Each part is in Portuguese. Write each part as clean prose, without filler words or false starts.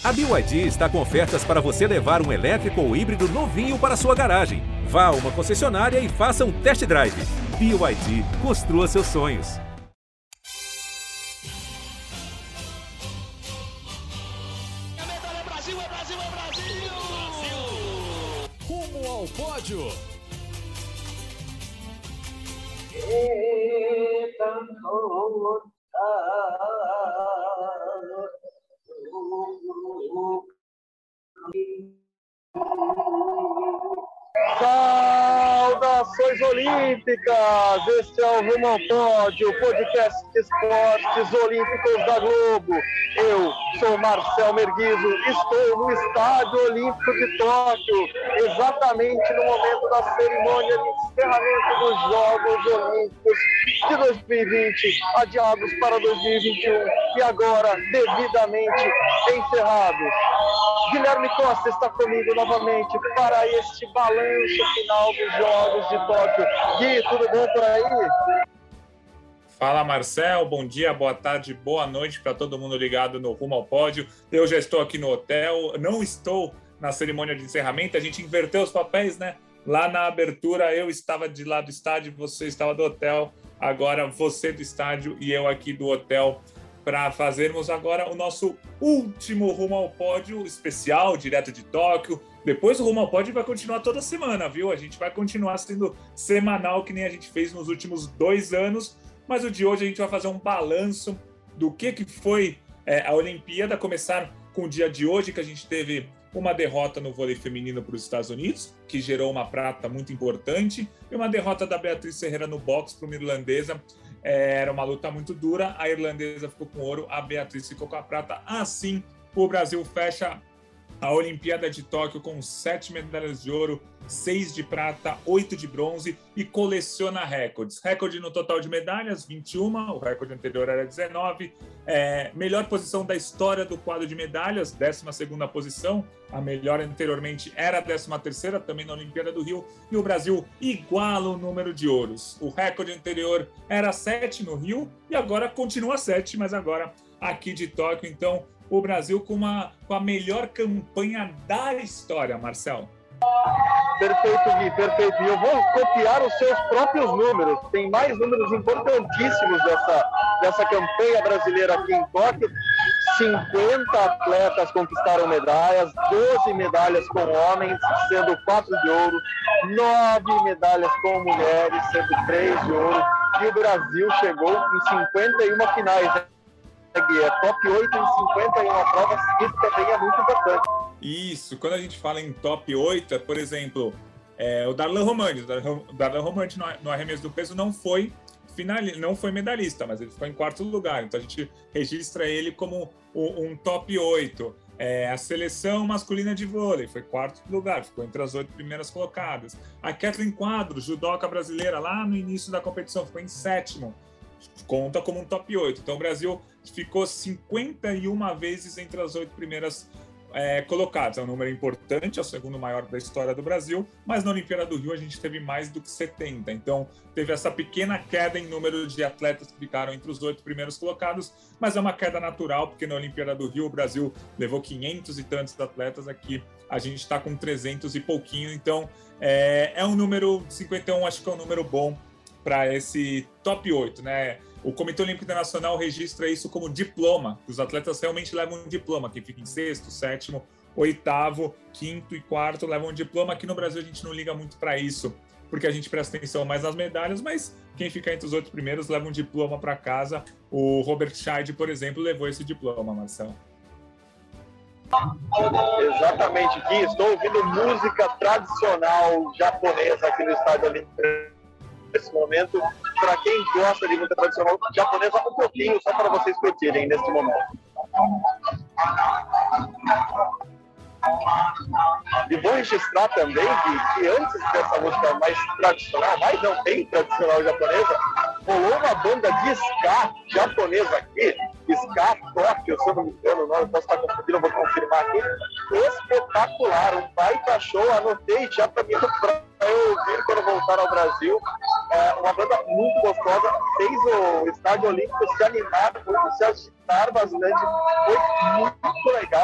A BYD está com ofertas para você levar um elétrico ou híbrido novinho para sua garagem. Vá a uma concessionária e faça um test drive. BYD, construa seus sonhos. A medalha é Brasil, é Brasil, é Brasil! Brasil! Rumo ao pódio! Saudações olímpicas! Este é o Rumo ao Pódio, o podcast de esportes olímpicos da Globo. Eu sou Marcel Merguizo, estou no Estádio Olímpico de Tóquio, exatamente no momento da cerimônia de encerramento dos Jogos Olímpicos de 2020, adiados para 2021 e agora devidamente encerrados. Guilherme Costa está comigo novamente para este balanço final dos Jogos de Tóquio. Gui, tudo bom por aí? Fala, Marcel, bom dia, boa tarde, boa noite para todo mundo ligado no Rumo ao Pódio. Eu já estou aqui no hotel, não estou na cerimônia de encerramento, a gente inverteu os papéis, né? Lá na abertura eu estava de lá do estádio, você estava do hotel, agora você do estádio e eu aqui do hotel para fazermos agora o nosso último Rumo ao Pódio especial, direto de Tóquio. Depois o Rumo ao Pódio vai continuar toda semana, viu? A gente vai continuar sendo semanal, que nem a gente fez nos últimos 2 anos, mas o de hoje a gente vai fazer um balanço do que foi a Olimpíada, começar com o dia de hoje, que a gente teve uma derrota no vôlei feminino para os Estados Unidos, que gerou uma prata muito importante, e uma derrota da Beatriz Ferreira no boxe para uma irlandesa. Era uma luta muito dura, a irlandesa ficou com ouro, a Beatriz ficou com a prata. Assim, o Brasil fecha a Olimpíada de Tóquio com 7 medalhas de ouro, 6 de prata, 8 de bronze e coleciona recordes. Recorde no total de medalhas, 21, o recorde anterior era 19. Melhor posição da história do quadro de medalhas, 12ª posição. A melhor anteriormente era a 13ª, também na Olimpíada do Rio. E o Brasil iguala o número de ouros. O recorde anterior era 7 no Rio e agora continua 7, mas agora aqui de Tóquio. Então, o Brasil com a melhor campanha da história, Marcel. Perfeito, Gui, perfeito. E eu vou copiar os seus próprios números. Tem mais números importantíssimos dessa campanha brasileira aqui em Tóquio. 50 atletas conquistaram medalhas, 12 medalhas com homens, sendo 4 de ouro, 9 medalhas com mulheres, sendo 3 de ouro. E o Brasil chegou em 51 finais, né? É top 8 em 51 provas, isso também é muito importante. Isso, quando a gente fala em top 8, por exemplo, o Darlan Romani. O Darlan Romani no arremesso do peso não foi medalhista, mas ele ficou em 4º lugar, então a gente registra ele como um top 8. A seleção masculina de vôlei foi 4º lugar, ficou entre as 8 primeiras colocadas. A Kathleen Quadros, judoca brasileira, lá no início da competição, ficou em 7º. Conta como um top 8. Então o Brasil ficou 51 vezes entre as 8 primeiras colocadas. É um número importante, é o 2º maior da história do Brasil, mas na Olimpíada do Rio a gente teve mais do que 70. Então teve essa pequena queda em número de atletas que ficaram entre os 8 primeiros colocados, mas é uma queda natural, porque na Olimpíada do Rio o Brasil levou 500 e tantos atletas, aqui a gente está com 300 e pouquinho. Então é um número 51, acho que é um número bom para esse top 8, né? O Comitê Olímpico Internacional registra isso como diploma. Os atletas realmente levam um diploma. Quem fica em 6º, 7º, 8º, 5º e 4º levam um diploma. Aqui no Brasil a gente não liga muito para isso, porque a gente presta atenção mais nas medalhas, mas quem fica entre os 8 primeiros leva um diploma para casa. O Robert Scheid, por exemplo, levou esse diploma, Marcelo. Exatamente, Gui. Estou ouvindo música tradicional japonesa aqui no Estádio Olímpico nesse momento. Para quem gosta de música tradicional japonesa, um pouquinho, só para vocês curtirem nesse momento. E vou registrar também que antes dessa música mais tradicional, mais não bem tradicional japonesa, rolou uma banda de ska japonesa aqui, Ska Tóquio, se eu não me engano, não posso estar confundindo, vou confirmar aqui. Espetacular, um baita show, anotei já para mim, para eu ouvir quando voltar ao Brasil. Uma banda muito gostosa, fez o Estádio Olímpico se animar, se agitar bastante, foi muito legal.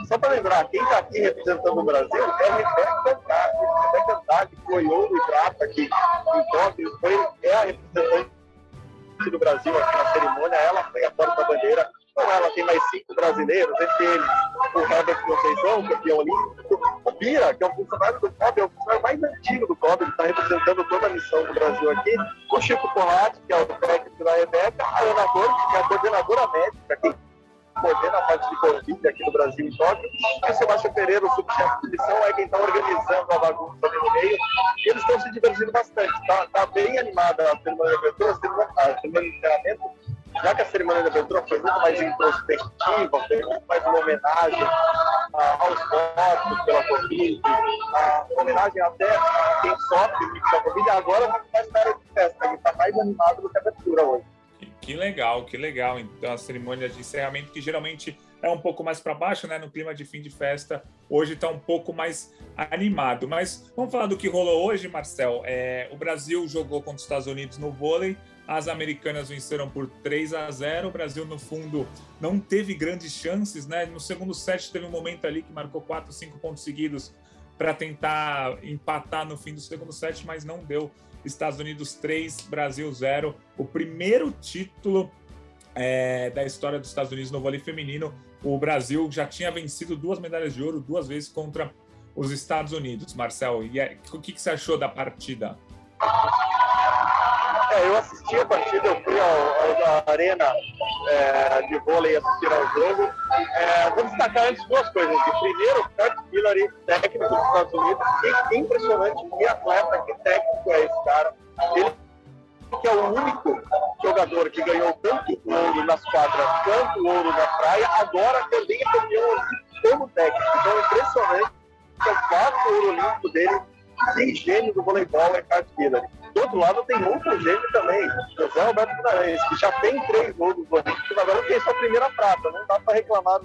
só para lembrar, quem está aqui representando o Brasil é a Rebeca Andrade. Rebeca Andrade foi ouro e prata aqui em Tóquio, é a representante do Brasil aqui na cerimônia. Ela foi a porta-bandeira. Com ela tem mais 5 brasileiros, entre eles o Herbert Conceição, campeão olímpico, o Bira, que é um funcionário do COB, é o funcionário mais antigo do COB, ele está representando toda a missão do Brasil aqui, o Chico Porrati, que é o técnico da Rebeca, a Ana Gordes, que é a coordenadora médica, que coordena a parte de Covid aqui no Brasil em Tóquio, e o Sebastião Pereira, o subchefe de missão, é quem está organizando a bagunça ali no meio, e eles estão se divertindo bastante, tá bem animada a cerimônia de abertura, a cerimônia de encerramento, já que a cerimônia de abertura foi muito mais introspectiva, foi muito mais uma homenagem aos mortos pela Covid, uma homenagem até a quem sofre com a Covid, agora vai mais cara de festa, que está mais animado do que a abertura hoje. Que legal, que legal. Então, a cerimônia de encerramento, que geralmente é um pouco mais para baixo, né? No clima de fim de festa, hoje está um pouco mais animado. Mas vamos falar do que rolou hoje, Marcel. O Brasil jogou contra os Estados Unidos no vôlei, as americanas venceram por 3-0. O Brasil, no fundo, não teve grandes chances, né? No segundo set teve um momento ali que marcou 4, 5 pontos seguidos para tentar empatar no fim do segundo set, mas não deu. Estados Unidos 3, Brasil 0. O primeiro título da história dos Estados Unidos no vôlei feminino. O Brasil já tinha vencido 2 medalhas de ouro 2 vezes contra os Estados Unidos. Marcel, o que você achou da partida? Eu assisti a partida, eu fui à arena de vôlei assistir ao jogo. Vou destacar antes 2 coisas. Primeiro, o Kurt Hillary, técnico dos Estados Unidos, que impressionante, que atleta, que técnico é esse cara. Ele que é o único jogador que ganhou tanto ouro nas quadras quanto ouro na praia, agora também é campeão como técnico. Então é impressionante que o 4 ouro olímpico dele, que gênio do voleibol é Kurt Hillary. Do outro lado tem outro gênio também, José Roberto Guimarães, que já tem 3 ouros olímpicos, agora tem sua primeira prata. Não dá para reclamar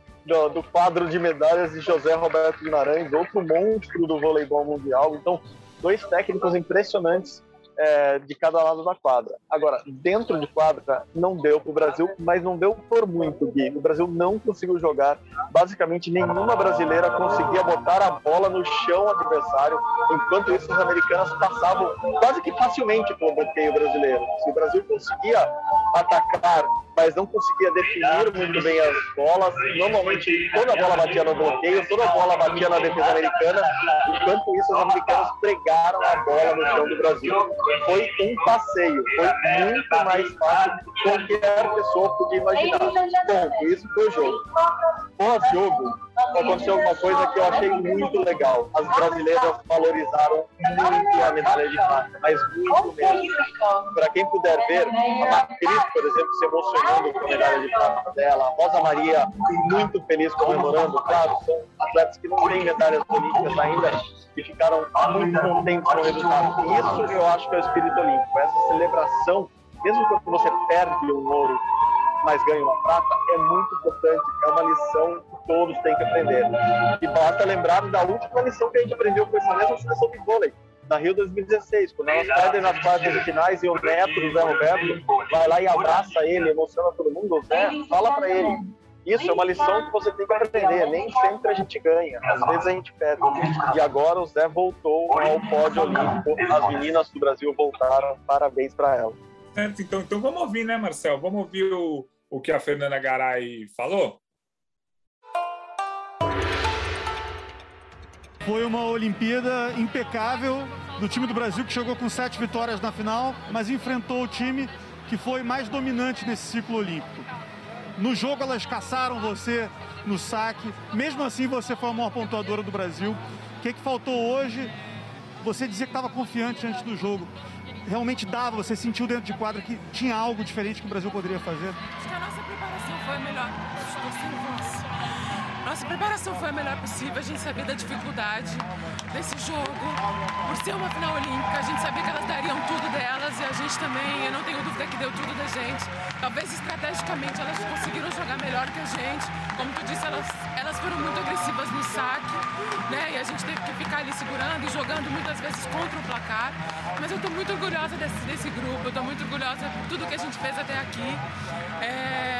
do quadro de medalhas de José Roberto Guimarães, outro monstro do voleibol mundial. Então, 2 técnicos impressionantes de cada lado da quadra. Agora, dentro de quadra, não deu para o Brasil, mas não deu por muito, Gui. O Brasil não conseguiu jogar. Basicamente, nenhuma brasileira conseguia botar a bola no chão adversário, enquanto isso, as americanas passavam quase que facilmente pelo bloqueio brasileiro. Se o Brasil conseguia atacar, mas não conseguia definir muito bem as bolas, normalmente toda a bola batia no bloqueio, toda a bola batia na defesa americana, enquanto isso, os americanos pregaram a bola no chão do Brasil. Foi um passeio, foi muito mais fácil do que qualquer pessoa podia imaginar. Bom, isso foi o jogo. Pós-jogo, aconteceu alguma coisa que eu achei muito legal. As brasileiras valorizaram muito a medalha de prata, mas muito mesmo. Para quem puder ver, a Macris, por exemplo, se emocionando com a medalha de prata dela, a Rosa Maria muito feliz comemorando. Claro, são atletas que não têm medalhas olímpicas ainda e ficaram muito contentes com o resultado. Isso eu acho que é o espírito olímpico. Essa celebração, mesmo quando você perde um ouro, mas ganha uma prata, é muito importante. É uma lição que todos têm que aprender. E basta lembrar da última lição que a gente aprendeu com essa mesma seleção de vôlei, na Rio 2016, quando elas perdem nas quartas de finais e o neto do Zé Roberto vai lá e abraça ele, emociona todo mundo. O Zé fala para ele: isso é uma lição que você tem que aprender, nem sempre a gente ganha, às vezes a gente perde. E agora o Zé voltou ao pódio olímpico, as meninas do Brasil voltaram, parabéns para elas. Então vamos ouvir, né, Marcel? Vamos ouvir o que a Fernanda Garay falou? Foi uma Olimpíada impecável do time do Brasil, que chegou com 7 vitórias na final, mas enfrentou o time que foi mais dominante nesse ciclo olímpico. No jogo elas caçaram você no saque, mesmo assim você foi a maior pontuadora do Brasil. O que faltou hoje? Você dizia que estava confiante antes do jogo. Realmente dava, você sentiu dentro de quadra que tinha algo diferente que o Brasil poderia fazer? Acho que a nossa preparação foi a melhor. Nossa preparação foi a melhor possível. A gente sabia da dificuldade desse jogo. Por ser uma final olímpica, a gente sabia que elas dariam tudo delas e a gente também, eu não tenho dúvida que deu tudo da gente. Talvez estrategicamente elas conseguiram jogar melhor que a gente. Como tu disse, elas foram muito agressivas no saque, né? E a gente teve que ficar ali segurando e jogando muitas vezes contra o placar. Mas eu estou muito orgulhosa desse grupo, eu estou muito orgulhosa por tudo que a gente fez até aqui.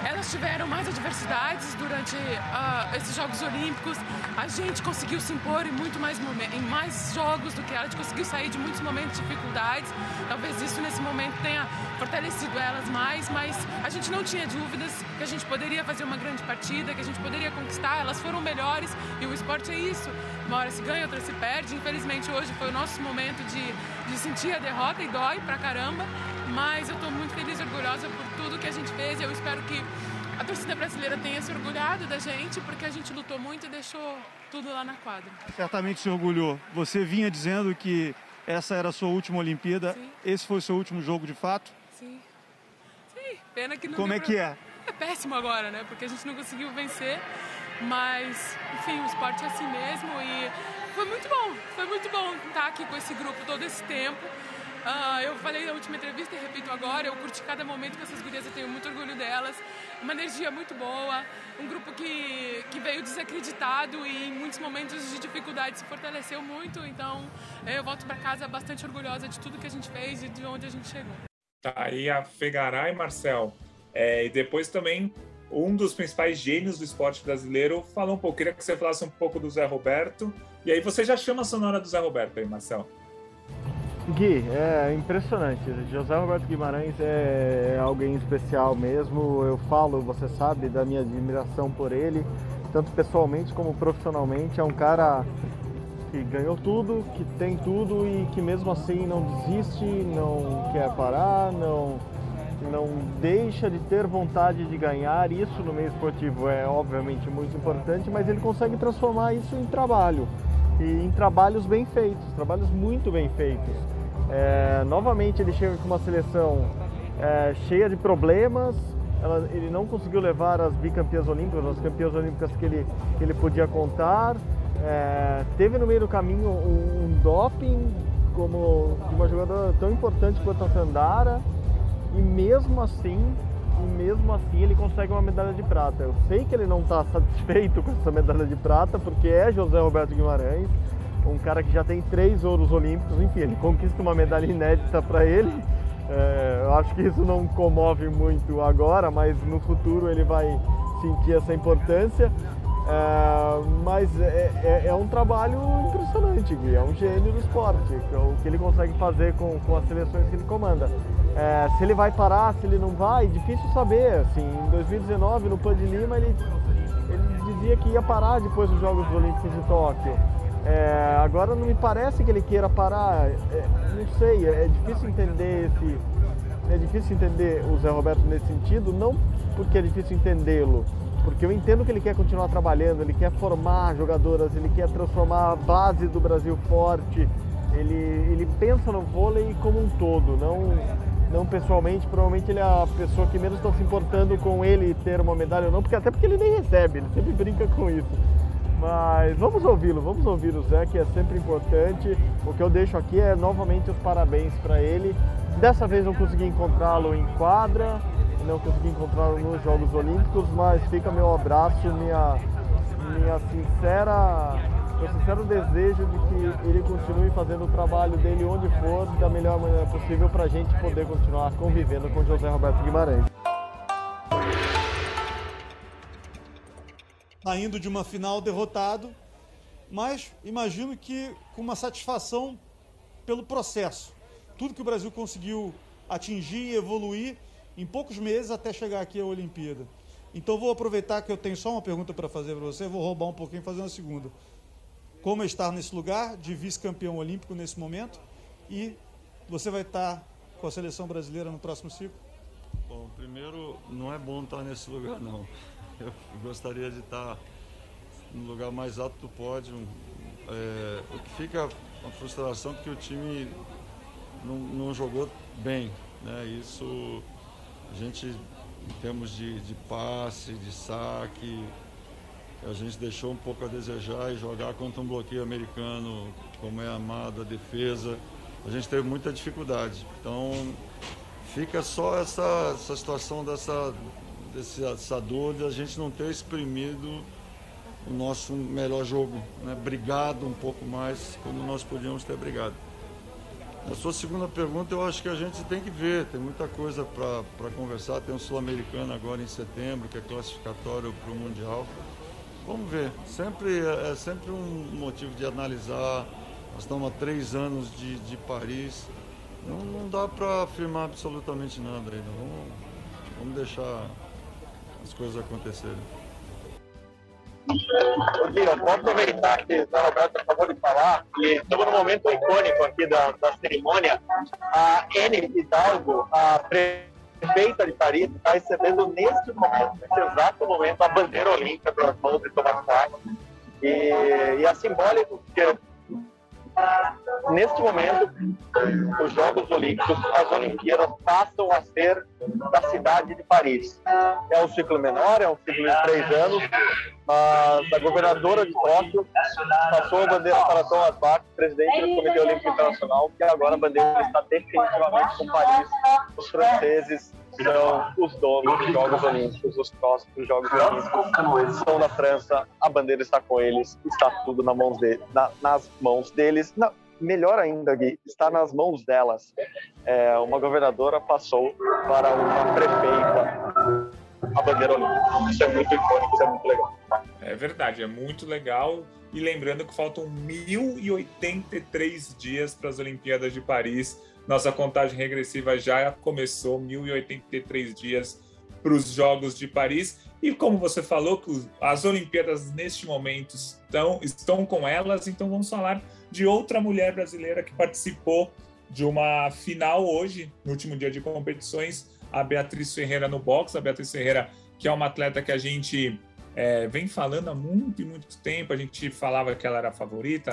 elas tiveram mais adversidades durante esses Jogos Olímpicos. A gente conseguiu se impor em mais jogos do que ela. A gente conseguiu sair de muitos momentos de dificuldades. Talvez isso nesse momento tenha fortalecido elas mais, mas a gente não tinha dúvidas que a gente poderia fazer uma grande partida, que a gente poderia conquistar. Elas foram melhores e o esporte é isso. Uma hora se ganha, outra se perde. Infelizmente hoje foi o nosso momento de sentir a derrota e dói pra caramba. Mas eu estou muito feliz e orgulhosa por tudo que a gente fez. Eu espero que a torcida brasileira tenha se orgulhado da gente, porque a gente lutou muito e deixou tudo lá na quadra. Certamente se orgulhou. Você vinha dizendo que essa era a sua última Olimpíada. Sim. Esse foi o seu último jogo de fato? Sim. Sim, pena que não. Como é que é? É péssimo agora, né? Porque a gente não conseguiu vencer. Mas, enfim, o esporte é assim mesmo e foi muito bom estar aqui com esse grupo todo esse tempo. Eu falei na última entrevista e repito agora, eu curti cada momento com essas gurias, eu tenho muito orgulho delas, uma energia muito boa, um grupo que veio desacreditado e em muitos momentos de dificuldade se fortaleceu muito, então eu volto para casa bastante orgulhosa de tudo que a gente fez e de onde a gente chegou. Tá aí a Fegaray, Marcel, e depois também um dos principais gênios do esporte brasileiro falou um pouco, queria que você falasse um pouco do Zé Roberto, e aí você já chama a sonora do Zé Roberto aí, Marcel. Gui, é impressionante. José Roberto Guimarães é alguém especial mesmo. Eu falo, você sabe, da minha admiração por ele, tanto pessoalmente como profissionalmente. É um cara que ganhou tudo, que tem tudo e que mesmo assim não desiste, não quer parar, não deixa de ter vontade de ganhar. Isso no meio esportivo é obviamente muito importante, mas ele consegue transformar isso em trabalho. E em trabalhos bem feitos, trabalhos muito bem feitos. Novamente ele chega com uma seleção cheia de problemas, ele não conseguiu levar as bicampeãs olímpicas, as campeãs olímpicas que ele podia contar. Teve no meio do caminho um doping como de uma jogadora tão importante quanto a Sandara, e mesmo assim ele consegue uma medalha de prata. Eu sei que ele não está satisfeito com essa medalha de prata, porque é José Roberto Guimarães, um cara que já tem 3 ouros olímpicos, enfim, ele conquista uma medalha inédita para ele. Eu acho que isso não comove muito agora, mas no futuro ele vai sentir essa importância. Mas é um trabalho impressionante, Gui. É um gênio do esporte, o que ele consegue fazer com as seleções que ele comanda. Se ele vai parar, se ele não vai, difícil saber. Assim, em 2019, no Pan de Lima, ele dizia que ia parar depois dos Jogos Olímpicos de Tóquio. Agora não me parece que ele queira parar. Não sei, é difícil entender o Zé Roberto nesse sentido, não porque é difícil entendê-lo, porque eu entendo que ele quer continuar trabalhando, ele quer formar jogadoras, ele quer transformar a base do Brasil forte, ele pensa no vôlei como um todo, não pessoalmente. Provavelmente ele é a pessoa que menos está se importando com ele ter uma medalha ou não, até porque ele nem recebe, ele sempre brinca com isso. Mas vamos ouvir o Zé, que é sempre importante. O que eu deixo aqui é novamente os parabéns para ele. Dessa vez não consegui encontrá-lo em quadra, não consegui encontrá-lo nos Jogos Olímpicos, mas fica meu abraço, meu sincero desejo de que ele continue fazendo o trabalho dele onde for, da melhor maneira possível, para a gente poder continuar convivendo com José Roberto Guimarães. Saindo de uma final derrotado, mas imagino que com uma satisfação pelo processo. Tudo que o Brasil conseguiu atingir e evoluir em poucos meses até chegar aqui à Olimpíada. Então vou aproveitar que eu tenho só uma pergunta para fazer para você, vou roubar um pouquinho e fazer uma segunda. Como é estar nesse lugar de vice-campeão olímpico nesse momento? E você vai estar com a seleção brasileira no próximo ciclo? Bom, primeiro, não é bom estar nesse lugar, não. Eu gostaria de estar no lugar mais alto do pódio. O que fica uma frustração é que o time não jogou bem, né? Isso, a gente, em termos de passe, de saque, a gente deixou um pouco a desejar, e jogar contra um bloqueio americano, como é amado, a defesa, a gente teve muita dificuldade. Então, fica só essa situação dessa dor de a gente não ter exprimido o nosso melhor jogo, né? Brigado um pouco mais como nós podíamos ter brigado. A sua segunda pergunta, eu acho que a gente tem que ver, tem muita coisa para conversar. Tem um Sul-Americano agora em setembro, que é classificatório para o Mundial. Vamos ver, é sempre um motivo de analisar. Nós estamos há 3 anos de Paris, não dá para afirmar absolutamente nada ainda. Vamos deixar as coisas acontecerem. Eu vou aproveitar que o Roberto acabou de falar e estamos num momento icônico aqui da cerimônia. A Anne Hidalgo, a prefeita de Paris, está recebendo nesse exato momento, a bandeira olímpica das mãos de Thomas Bach. E é simbólico porque neste momento os Jogos Olímpicos, as Olimpíadas, passam a ser da cidade de Paris. É um ciclo menor, é um ciclo de 3 anos, mas a governadora de Tóquio passou a bandeira para Thomas Bach, presidente do Comitê Olímpico Internacional, que agora a bandeira está definitivamente com Paris. Os franceses são os donos dos Jogos Olímpicos, os próximos Jogos Olímpicos são na França, a bandeira está com eles, está tudo nas mãos deles. Não, melhor ainda, Gui, está nas mãos delas. Uma governadora passou para uma prefeita a bandeira olímpica. Isso é muito icônico, isso é muito legal. É verdade, é muito legal. E lembrando que faltam 1.083 dias para as Olimpíadas de Paris. Nossa contagem regressiva já começou, 1.083 dias para os Jogos de Paris. E como você falou, que as Olimpíadas neste momento estão com elas, então vamos falar de outra mulher brasileira que participou de uma final hoje, no último dia de competições, a Beatriz Ferreira no boxe. A Beatriz Ferreira, que é uma atleta que a gente vem falando há muito e muito tempo, a gente falava que ela era a favorita.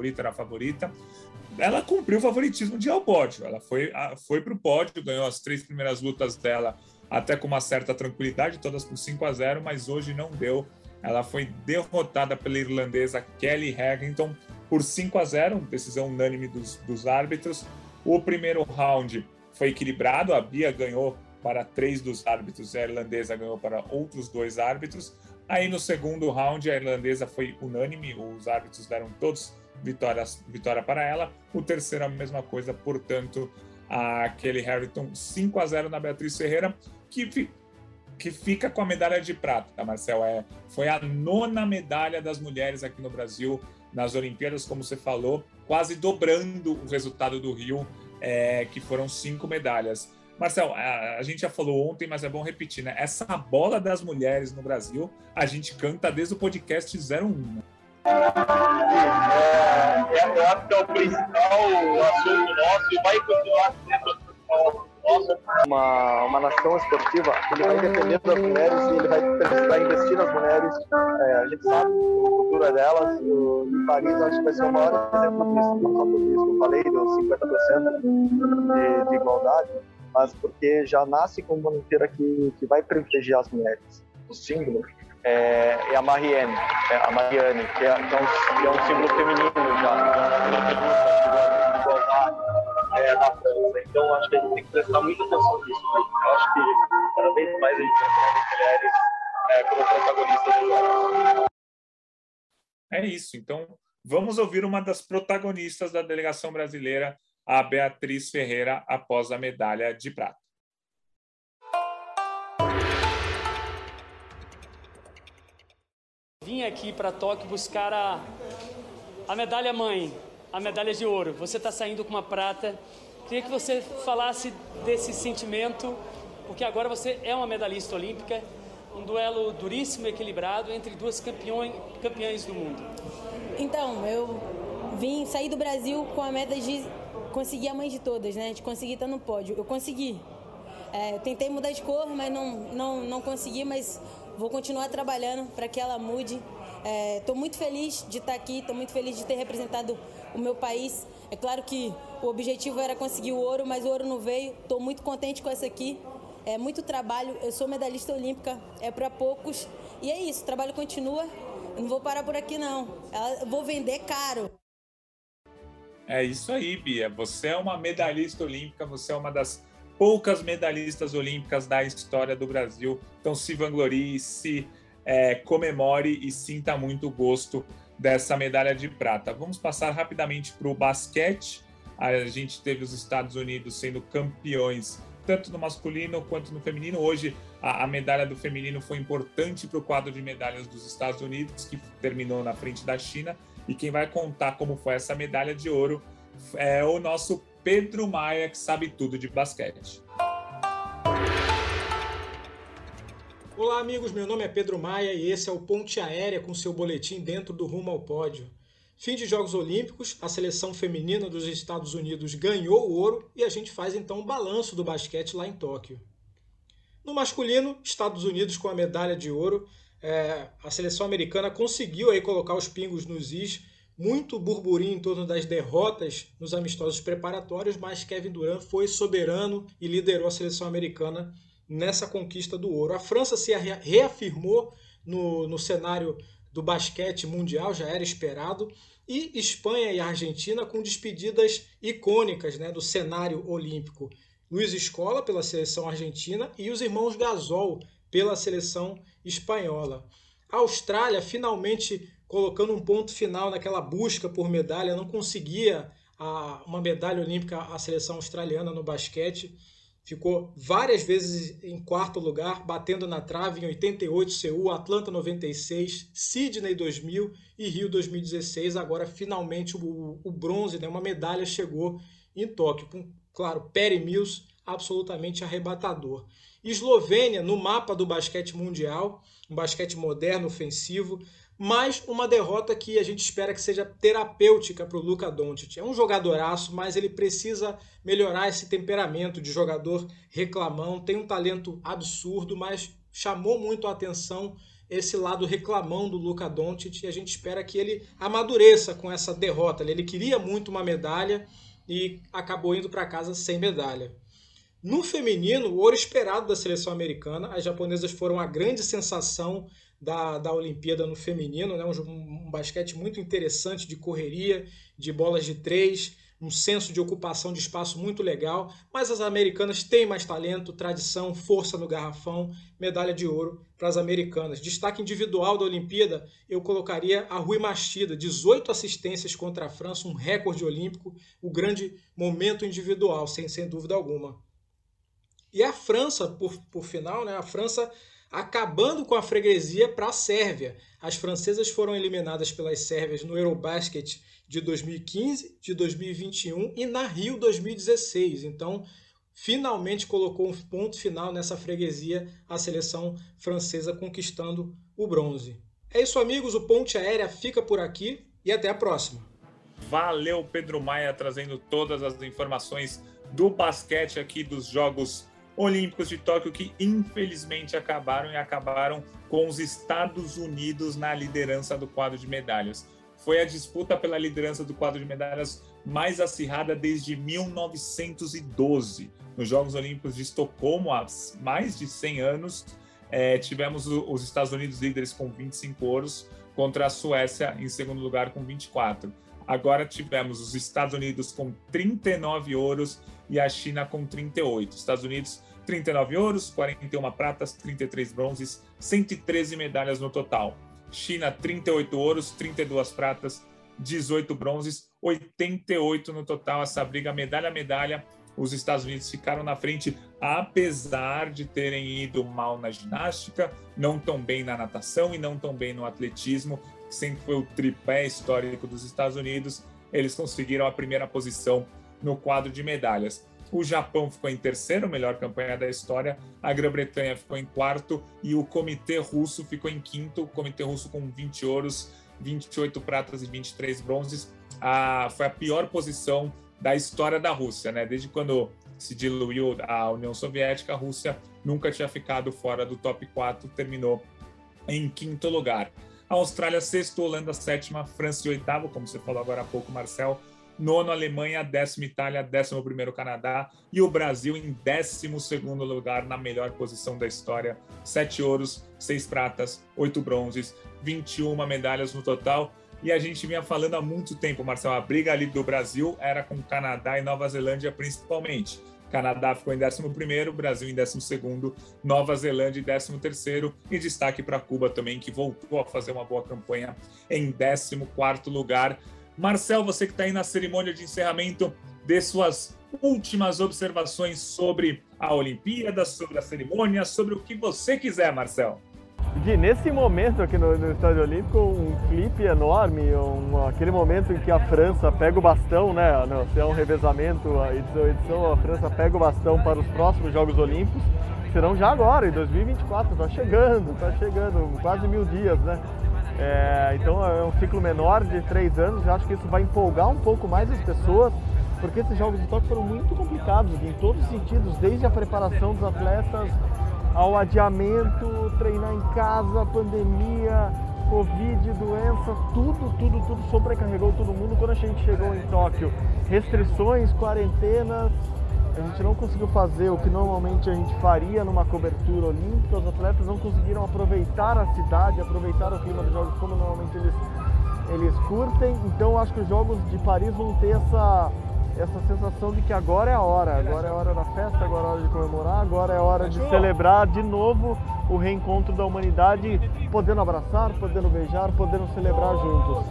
Ela cumpriu o favoritismo de ir ao pódio, ela foi para o pódio, ganhou as 3 primeiras lutas dela até com uma certa tranquilidade, todas por 5-0, mas hoje não deu. Ela foi derrotada pela irlandesa Kelly Harrington por 5-0, decisão unânime dos árbitros. O primeiro round foi equilibrado, a Bia ganhou para 3 dos árbitros, a irlandesa ganhou para outros 2 árbitros. Aí no segundo round a irlandesa foi unânime, os árbitros deram todos vitória para ela. O terceiro a mesma coisa, portanto, a Kelly Harrington 5-0 na Beatriz Ferreira, que fica com a medalha de prata, Marcel. Foi a 9ª medalha das mulheres aqui no Brasil nas Olimpíadas, como você falou, quase dobrando o resultado do Rio, que foram 5 medalhas. Marcel, a gente já falou ontem, mas é bom repetir, né? Essa bola das mulheres no Brasil, a gente canta desde o podcast 01. Eu acho que é o principal assunto nosso e vai continuar sendo o principal nosso. Uma nação esportiva, ele vai depender das mulheres e ele vai precisar investir nas mulheres. A gente sabe a cultura delas. Em Paris, acho que vai ser o maior exemplo disso. Não só por isso, eu falei dos 50% de igualdade, mas porque já nasce com uma Olimpíada que vai privilegiar as mulheres. O símbolo é a Marianne, que é um símbolo feminino já, de igualdade na França. Então, acho que a gente tem que prestar muita atenção nisso. Né? Eu acho que cada vez mais a gente vai ter mulheres como protagonistas dos jogos. É isso. Então, vamos ouvir uma das protagonistas da delegação brasileira, a Beatriz Ferreira, após a medalha de prata. Vim aqui para Tóquio buscar a medalha mãe, a medalha de ouro. Você está saindo com uma prata. Queria que você falasse desse sentimento, porque agora você é uma medalhista olímpica, um duelo duríssimo, equilibrado entre 2 campeãs do mundo. Então, eu sair do Brasil com a meta de conseguir a mãe de todas, né? De conseguir estar no pódio. Eu consegui. Eu tentei mudar de cor, mas não consegui, mas vou continuar trabalhando para que ela mude. Estou muito feliz de estar aqui, estou muito feliz de ter representado o meu país. É claro que o objetivo era conseguir o ouro, mas o ouro não veio. Estou muito contente com essa aqui. É muito trabalho, eu sou medalhista olímpica, é para poucos. E é isso, o trabalho continua. Eu não vou parar por aqui, não. Eu vou vender caro. É isso aí, Bia. Você é uma medalhista olímpica, você é uma das poucas medalhistas olímpicas da história do Brasil. Então se vanglorie, se comemore e sinta muito gosto dessa medalha de prata. Vamos passar rapidamente para o basquete. A gente teve os Estados Unidos sendo campeões tanto no masculino quanto no feminino. Hoje, a medalha do feminino foi importante para o quadro de medalhas dos Estados Unidos, que terminou na frente da China. E quem vai contar como foi essa medalha de ouro é o nosso Pedro Maia, que sabe tudo de basquete. Olá, amigos. Meu nome é Pedro Maia e esse é o Ponte Aérea com seu boletim dentro do Rumo ao Pódio. Fim de Jogos Olímpicos, a seleção feminina dos Estados Unidos ganhou o ouro e a gente faz então um balanço do basquete lá em Tóquio. No masculino, Estados Unidos com a medalha de ouro, a seleção americana conseguiu aí colocar os pingos nos is, muito burburinho em torno das derrotas nos amistosos preparatórios, mas Kevin Durant foi soberano e liderou a seleção americana nessa conquista do ouro. A França se reafirmou no cenário do basquete mundial, já era esperado, e Espanha e Argentina com despedidas icônicas, né, do cenário olímpico. Luiz Scola pela seleção argentina e os irmãos Gasol pela seleção espanhola. A Austrália finalmente colocando um ponto final naquela busca por medalha, não conseguia uma medalha olímpica a seleção australiana no basquete. Ficou várias vezes em quarto lugar, batendo na trave em 88, Seul, Atlanta 96, Sydney 2000 e Rio 2016. Agora, finalmente, o bronze, né, uma medalha chegou em Tóquio. Com, claro, Perry Mills, absolutamente arrebatador. Eslovênia, no mapa do basquete mundial, um basquete moderno, ofensivo, mas uma derrota que a gente espera que seja terapêutica para o Luka Doncic. É um jogadoraço, mas ele precisa melhorar esse temperamento de jogador reclamão. Tem um talento absurdo, mas chamou muito a atenção esse lado reclamão do Luka Doncic e a gente espera que ele amadureça com essa derrota. Ele queria muito uma medalha e acabou indo para casa sem medalha. No feminino, o ouro esperado da seleção americana, as japonesas foram a grande sensação da Olimpíada no feminino, né? Um basquete muito interessante de correria, de bolas de três, um senso de ocupação de espaço muito legal, mas as americanas têm mais talento, tradição, força no garrafão, medalha de ouro para as americanas. Destaque individual da Olimpíada, eu colocaria a Rui Machida, 18 assistências contra a França, um recorde olímpico, o grande momento individual, sem dúvida alguma. E a França, por final, né? A França acabando com a freguesia para a Sérvia. As francesas foram eliminadas pelas sérvias no Eurobasket de 2015, de 2021 e na Rio 2016. Então, finalmente colocou um ponto final nessa freguesia a seleção francesa conquistando o bronze. É isso, amigos. O Ponte Aérea fica por aqui e até a próxima. Valeu, Pedro Maia, trazendo todas as informações do basquete aqui dos Jogos Olímpicos de Tóquio, que infelizmente acabaram com os Estados Unidos na liderança do quadro de medalhas. Foi a disputa pela liderança do quadro de medalhas mais acirrada desde 1912. Nos Jogos Olímpicos de Estocolmo, há mais de 100 anos, tivemos os Estados Unidos líderes com 25 ouros contra a Suécia em segundo lugar com 24. Agora tivemos os Estados Unidos com 39 ouros e a China com 38. Estados Unidos, 39 ouros, 41 pratas, 33 bronzes, 113 medalhas no total. China, 38 ouros, 32 pratas, 18 bronzes, 88 no total. Essa briga medalha a medalha, os Estados Unidos ficaram na frente, apesar de terem ido mal na ginástica, não tão bem na natação e não tão bem no atletismo, que sempre foi o tripé histórico dos Estados Unidos. Eles conseguiram a primeira posição no quadro de medalhas. O Japão ficou em terceiro, melhor campanha da história. A Grã-Bretanha ficou em quarto e o Comitê Russo ficou em quinto. O Comitê Russo com 20 ouros, 28 pratas e 23 bronzes. Foi a pior posição da história da Rússia, né? Desde quando se diluiu a União Soviética, a Rússia nunca tinha ficado fora do top 4, terminou em quinto lugar. A Austrália, sexto, Holanda, sétima, França e oitavo, como você falou agora há pouco, Marcel. Nono, Alemanha, 10º, Itália, 11º, Canadá e o Brasil em 12º lugar, na melhor posição da história. 7 ouros, 6 pratas, 8 bronzes, 21 medalhas no total. E a gente vinha falando há muito tempo, Marcelo, a briga ali do Brasil era com Canadá e Nova Zelândia principalmente. Canadá ficou em 11º, Brasil em 12º, Nova Zelândia em 13º e destaque para Cuba também, que voltou a fazer uma boa campanha em 14º lugar. Marcel, você que está aí na cerimônia de encerramento, dê suas últimas observações sobre a Olimpíada, sobre a cerimônia, sobre o que você quiser, Marcel. Gui, nesse momento aqui no Estádio Olímpico, um clipe enorme, aquele momento em que a França pega o bastão, né? Se é um revezamento, a edição, a França pega o bastão para os próximos Jogos Olímpicos, serão já agora, em 2024, tá chegando, quase 1000 dias, né? Então é um ciclo menor de 3 anos, eu acho que isso vai empolgar um pouco mais as pessoas, porque esses Jogos de Tóquio foram muito complicados, em todos os sentidos, desde a preparação dos atletas, ao adiamento, treinar em casa, pandemia, Covid, doença, tudo sobrecarregou todo mundo. Quando a gente chegou em Tóquio, restrições, quarentenas, a gente não conseguiu fazer o que normalmente a gente faria numa cobertura olímpica, os atletas não conseguiram aproveitar a cidade, aproveitar o clima dos Jogos como normalmente eles curtem. Então acho que os Jogos de Paris vão ter essa sensação de que agora é a hora da festa, agora é a hora de comemorar, agora é a hora de celebrar de novo o reencontro da humanidade, podendo abraçar, podendo beijar, podendo celebrar juntos.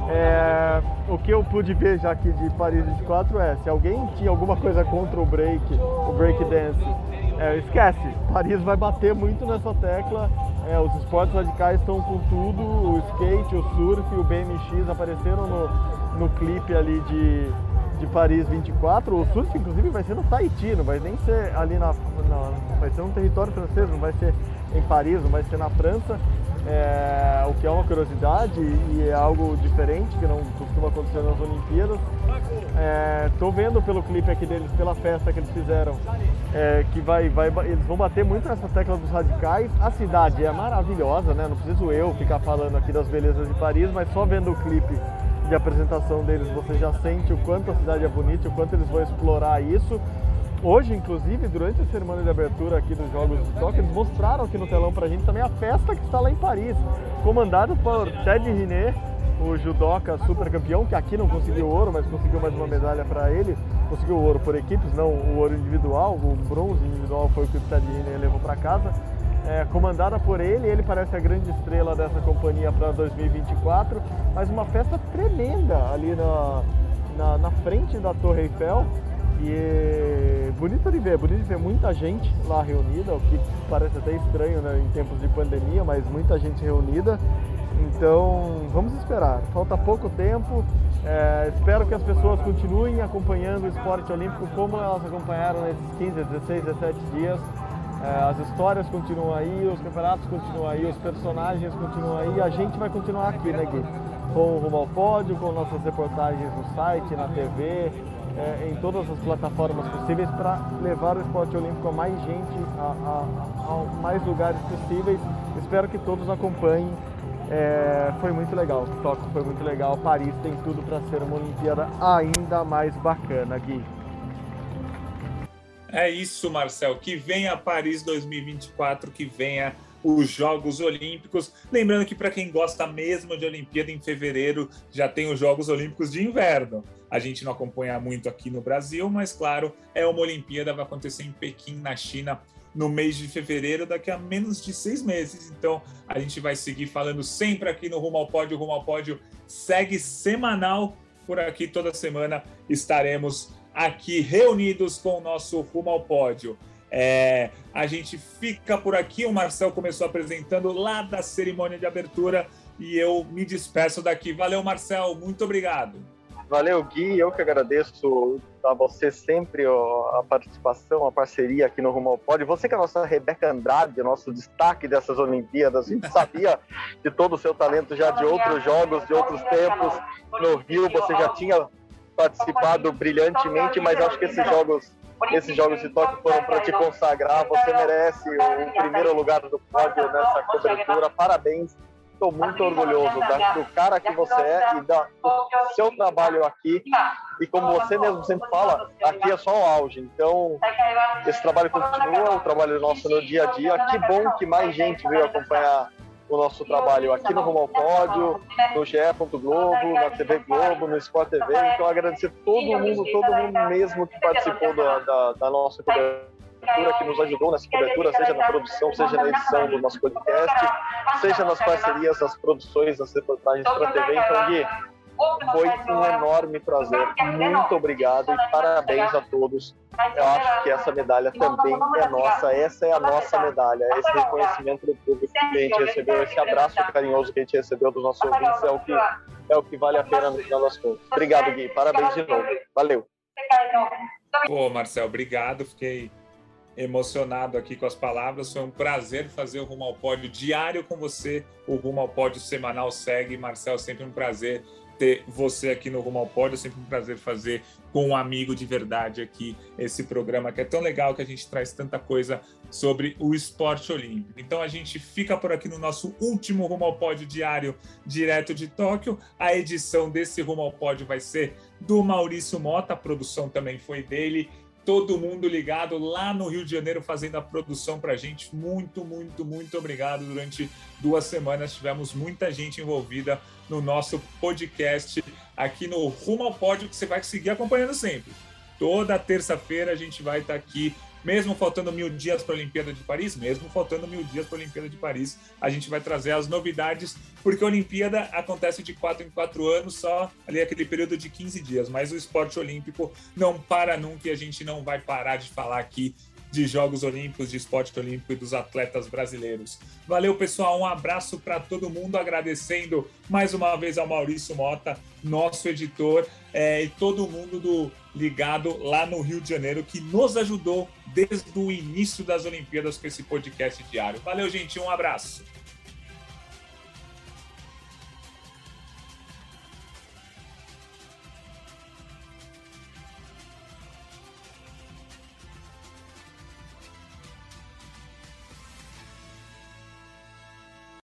O que eu pude ver já aqui de Paris 24 se alguém tinha alguma coisa contra o break dance, esquece, Paris vai bater muito nessa tecla, os esportes radicais estão com tudo, o skate, o surf, o BMX apareceram no clipe ali de Paris 24, o surf inclusive vai ser no Tahiti, não vai nem ser ali vai ser um território francês, não vai ser em Paris, não vai ser na França, o que é uma curiosidade e é algo diferente que não costuma acontecer nas Olimpíadas. Estou vendo pelo clipe aqui deles, pela festa que eles fizeram, que eles vão bater muito nessa tecla dos radicais. A cidade é maravilhosa, né? Não preciso eu ficar falando aqui das belezas de Paris, mas só vendo o clipe de apresentação deles, você já sente o quanto a cidade é bonita, o quanto eles vão explorar isso. Hoje, inclusive, durante a cerimônia de abertura aqui dos Jogos de Tóquio, eles mostraram aqui no telão pra gente também a festa que está lá em Paris, comandado por Ted Riné, o judoca super campeão, que aqui não conseguiu ouro, mas conseguiu mais uma medalha para ele, conseguiu ouro por equipes, não o ouro individual, o bronze individual foi o que o Ted Riné levou para casa. Comandada por ele parece a grande estrela dessa companhia para 2024, mas uma festa tremenda ali na frente da Torre Eiffel, e bonito de ver muita gente lá reunida, o que parece até estranho, né, em tempos de pandemia, mas muita gente reunida. Então vamos esperar, falta pouco tempo, espero que as pessoas continuem acompanhando o esporte olímpico como elas acompanharam nesses 15, 16, 17 dias. As histórias continuam aí, os campeonatos continuam aí, os personagens continuam aí, a gente vai continuar aqui, né, Gui? Com o Rumo ao Pódio, com nossas reportagens no site, na TV, em todas as plataformas possíveis para levar o esporte olímpico a mais gente, a mais lugares possíveis. Espero que todos acompanhem. Foi muito legal, Tóquio foi muito legal, Paris tem tudo para ser uma Olimpíada ainda mais bacana, Gui. É isso, Marcel, que venha Paris 2024, que venha os Jogos Olímpicos. Lembrando que para quem gosta mesmo de Olimpíada, em fevereiro já tem os Jogos Olímpicos de Inverno. A gente não acompanha muito aqui no Brasil, mas claro, é uma Olimpíada, vai acontecer em Pequim, na China, no mês de fevereiro, daqui a menos de 6 meses. Então, a gente vai seguir falando sempre aqui no Rumo ao Pódio. O Rumo ao Pódio segue semanal por aqui, toda semana estaremos aqui reunidos com o nosso Rumo ao Pódio. A gente fica por aqui, o Marcel começou apresentando lá da cerimônia de abertura e eu me despeço daqui. Valeu, Marcel, muito obrigado. Valeu, Gui, eu que agradeço a você sempre a participação, a parceria aqui no Rumo ao Pódio. Você que é a nossa Rebeca Andrade, nosso destaque dessas Olimpíadas, a gente sabia de todo o seu talento já de outros jogos, de outros tempos. No Rio você já tinha participado brilhantemente, mas acho que esses jogos de Tóquio foram para te consagrar. Você merece o primeiro lugar do pódio nessa cobertura. Parabéns. Estou muito orgulhoso do cara que você é e do seu trabalho aqui. E como você mesmo sempre fala, aqui é só o auge. Então, esse trabalho continua, o trabalho nosso no dia a dia. Que bom que mais gente veio acompanhar o nosso trabalho aqui no Rumo ao Pódio, no GE. Globo, na TV Globo, no Sport TV. Então, agradecer todo mundo mesmo que participou da nossa cobertura, que nos ajudou nessa cobertura, seja na produção, seja na edição do nosso podcast, seja nas parcerias, nas produções, nas reportagens para a TV. Então, Gui, Foi um enorme prazer. Muito obrigado e parabéns a todos. Eu acho que essa medalha também é nossa. Essa é a nossa medalha. Esse reconhecimento do público que a gente recebeu, esse abraço carinhoso que a gente recebeu dos nossos ouvintes é o que vale a pena no final das contas. Obrigado, Gui. Parabéns de novo. Valeu. Pô, Marcel, obrigado. Fiquei emocionado aqui com as palavras. Foi um prazer fazer o Rumo ao Pódio diário com você. O Rumo ao Pódio semanal segue. Marcel, sempre um prazer ter você aqui no Rumo ao Pódio. Sempre um prazer fazer com um amigo de verdade aqui esse programa que é tão legal, que a gente traz tanta coisa sobre o esporte olímpico. Então a gente fica por aqui no nosso último Rumo ao Pódio diário, direto de Tóquio. A edição desse Rumo ao Pódio vai ser do Maurício Mota, a produção também foi dele. Todo mundo ligado lá no Rio de Janeiro fazendo a produção para a gente. Muito, muito, muito obrigado. Durante 2 semanas tivemos muita gente envolvida no nosso podcast aqui no Rumo ao Pódio, que você vai seguir acompanhando sempre. Toda terça-feira a gente vai estar aqui, mesmo faltando 1000 dias para a Olimpíada de Paris, a gente vai trazer as novidades, porque a Olimpíada acontece de 4 em 4 anos, só ali aquele período de 15 dias, mas o esporte olímpico não para nunca e a gente não vai parar de falar aqui de Jogos Olímpicos, de esporte olímpico e dos atletas brasileiros. Valeu, pessoal, um abraço para todo mundo, agradecendo mais uma vez ao Maurício Mota, nosso editor, e todo mundo ligado lá no Rio de Janeiro, que nos ajudou desde o início das Olimpíadas com esse podcast diário. Valeu, gente, um abraço.